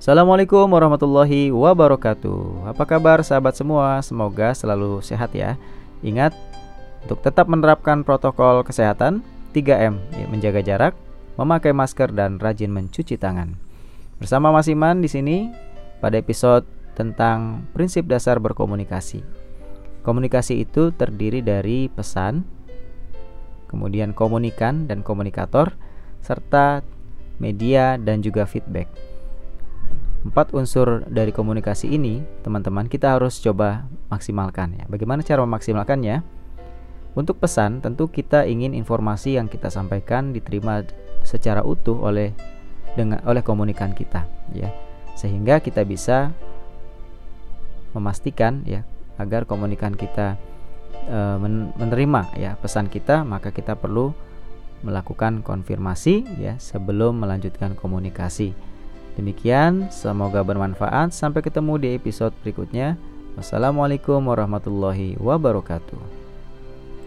Assalamualaikum warahmatullahi wabarakatuh. Apa kabar sahabat semua? Semoga selalu sehat ya. Ingat untuk tetap menerapkan protokol kesehatan 3M, menjaga jarak, memakai masker dan rajin mencuci tangan. Bersama Mas Iman di sini pada episode tentang prinsip dasar berkomunikasi. Komunikasi itu terdiri dari pesan, kemudian komunikan dan komunikator, serta media dan juga feedback. 4 unsur dari komunikasi ini, teman-teman, kita harus coba maksimalkan ya. Bagaimana cara memaksimalkannya? Untuk pesan, tentu kita ingin informasi yang kita sampaikan diterima secara utuh oleh komunikan kita ya. Sehingga kita bisa memastikan ya agar komunikan kita menerima ya pesan kita, maka kita perlu melakukan konfirmasi ya sebelum melanjutkan komunikasi. Demikian, semoga bermanfaat. Sampai ketemu di episode berikutnya. Wassalamualaikum warahmatullahi wabarakatuh.